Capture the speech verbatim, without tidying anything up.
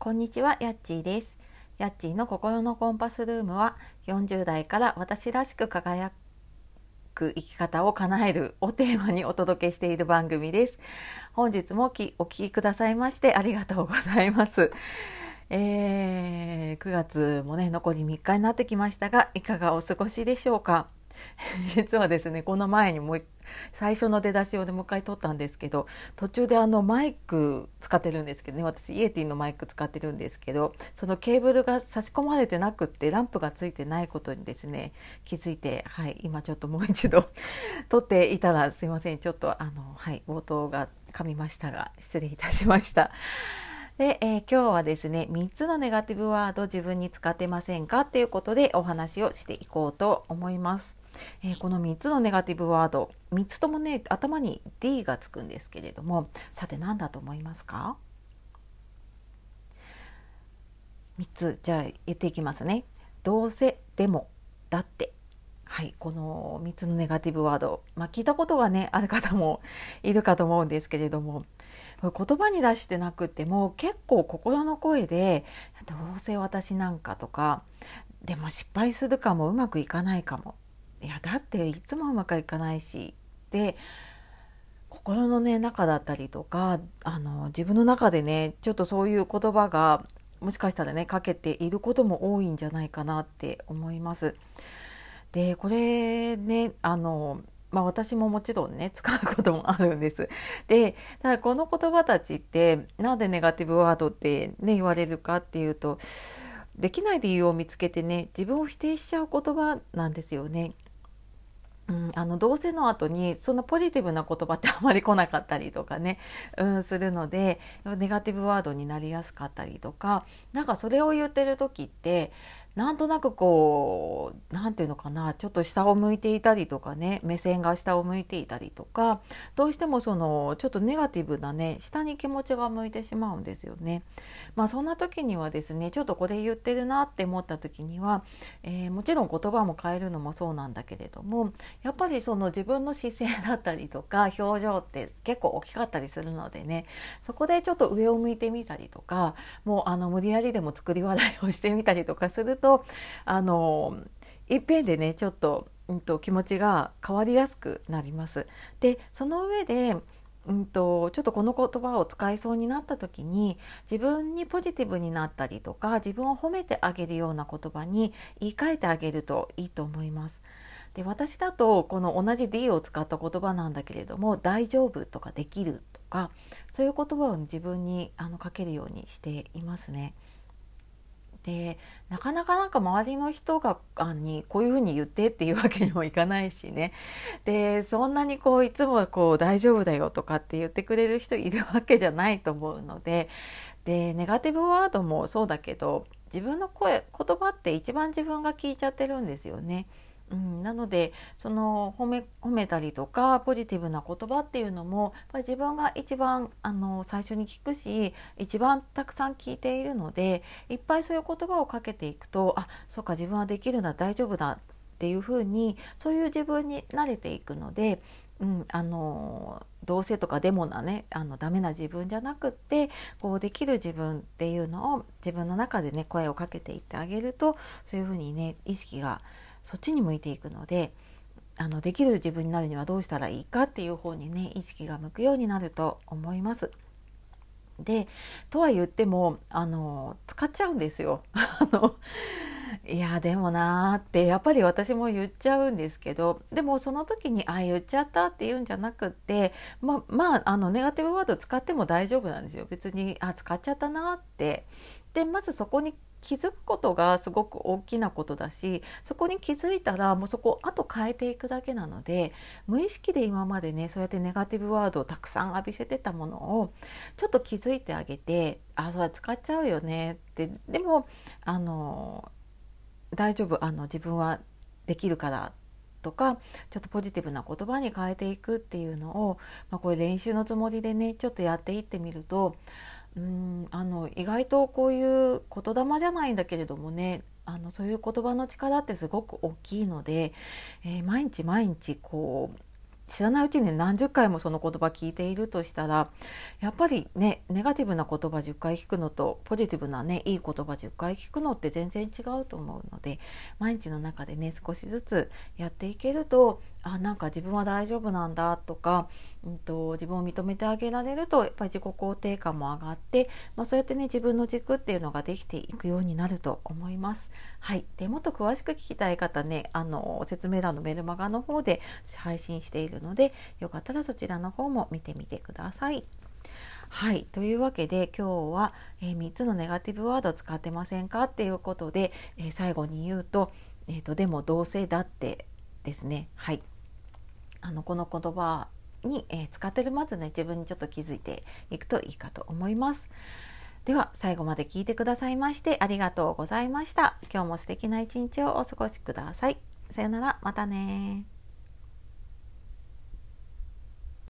こんにちは、やっちーです。やっちーの心のコンパスルームはよんじゅう代から私らしく輝く生き方を叶えるをテーマにお届けしている番組です。本日もお聞きくださいましてありがとうございます。えー、くがつもね残りみっかになってきましたが、いかがお過ごしでしょうか。実はですね、この前にもう最初の出だしをでもう一回撮ったんですけど、途中であのマイク使ってるんですけどね、私イエティのマイク使ってるんですけど、そのケーブルが差し込まれてなくってランプがついてないことにですね気づいて、はい、今ちょっともう一度撮っていたら、すいません、ちょっとあの、はい、冒頭が噛みましたが失礼いたしました。で、えー、今日はですね、みっつのネガティブワード自分に使ってませんかっていうことでお話をしていこうと思います。えー、このみっつのネガティブワード、みっつともね、頭に ディー がつくんですけれども、さて何だと思いますか？みっつ、じゃあ言っていきますね。どうせ、でも、だって。はい、このみっつのネガティブワード、まあ、聞いたことがねある方もいるかと思うんですけれども、言葉に出してなくても結構心の声で、どうせ私なんかとか、でも失敗するかも、うまくいかないかも、いやだっていつもうまくいかないし、で心のね中だったりとか、あの自分の中でねちょっとそういう言葉がもしかしたらねかけていることも多いんじゃないかなって思います。でこれね、あのまあ、私ももちろんね使うこともあるんです。でただこの言葉たちってなんでネガティブワードってね言われるかっていうと、できない理由を見つけてね自分を否定しちゃう言葉なんですよね。うん、あのどうせの後にそんなポジティブな言葉ってあまり来なかったりとかね、うん、するのでネガティブワードになりやすかったりとか、なんかそれを言ってる時ってなんとなくこうなんていうのかな、ちょっと下を向いていたりとかね、目線が下を向いていたりとか、どうしてもそのちょっとネガティブなね下に気持ちが向いてしまうんですよね。まあそんな時にはですね、ちょっとこれ言ってるなって思った時には、えー、もちろん言葉も変えるのもそうなんだけれども、やっぱりその自分の姿勢だったりとか表情って結構大きかったりするのでね、そこでちょっと上を向いてみたりとか、もうあの無理やりでも作り笑いをしてみたりとかすると、あのいっぺんでねちょっと、うんと、気持ちが変わりやすくなります。でその上でうんと、ちょっとこの言葉を使いそうになった時に、自分にポジティブになったりとか自分を褒めてあげるような言葉に言い換えてあげるといいと思います。で私だとこの同じ ディー を使った言葉なんだけれども、大丈夫とかできるとか、そういう言葉を自分にあのかけるようにしていますね。でなかなかなんか周りの人があにこういうふうに言ってっていうわけにもいかないしね。でそんなにこういつもこう大丈夫だよとかって言ってくれる人いるわけじゃないと思うので、でネガティブワードもそうだけど、自分の声言葉って一番自分が聞いちゃってるんですよね。うん、なのでその褒め、褒めたりとかポジティブな言葉っていうのも、やっぱり自分が一番あの最初に聞くし、一番たくさん聞いているので、いっぱいそういう言葉をかけていくと、あ、そうか自分はできるんだ、大丈夫だっていうふうに、そういう自分に慣れていくので、うん、あのどうせとかでもなね、あのダメな自分じゃなくって、こうできる自分っていうのを自分の中でね声をかけていってあげると、そういうふうにね意識がそっちに向いていくので、あのできる自分になるにはどうしたらいいかっていう方にね意識が向くようになると思います。でとは言ってもあの使っちゃうんですよ。あのいやでもなーってやっぱり私も言っちゃうんですけど、でもその時にあ言っちゃったって言うんじゃなくって、ままああのネガティブワード使っても大丈夫なんですよ。別にあ使っちゃったなって。でまずそこに気づくことがすごく大きなことだし、そこに気づいたらもうそこをあと変えていくだけなので、無意識で今までねそうやってネガティブワードをたくさん浴びせてたものをちょっと気づいてあげて、あそれ使っちゃうよねって、でもあの大丈夫、あの自分はできるからとか、ちょっとポジティブな言葉に変えていくっていうのを、まあ、これ練習のつもりでねちょっとやっていってみると、うーんあの意外とこういう言霊じゃないんだけれどもね、あのそういう言葉の力ってすごく大きいので、えー毎日毎日こう知らないうちに何十回もその言葉聞いているとしたら、やっぱりね、ネガティブな言葉じゅっかい聞くのとポジティブなね、いい言葉じゅっかい聞くのって全然違うと思うので、毎日の中でね少しずつやっていけると、あ、なんか自分は大丈夫なんだとか、うんと、自分を認めてあげられるとやっぱり自己肯定感も上がって、まあ、そうやってね自分の軸っていうのができていくようになると思います。はい、でもっと詳しく聞きたい方ね、あの説明欄のメルマガの方で配信しているので、よかったらそちらの方も見てみてください。はい、というわけで今日は、えー、みっつのネガティブワード使ってませんかっていうことで、えー、最後に言うと、えーと、でもどうせだってですね。はい、あのこの言葉に、えー、使ってるまずね自分にちょっと気づいていくといいかと思います。では最後まで聞いてくださいましてありがとうございました。今日も素敵な一日をお過ごしください。さよなら、またね。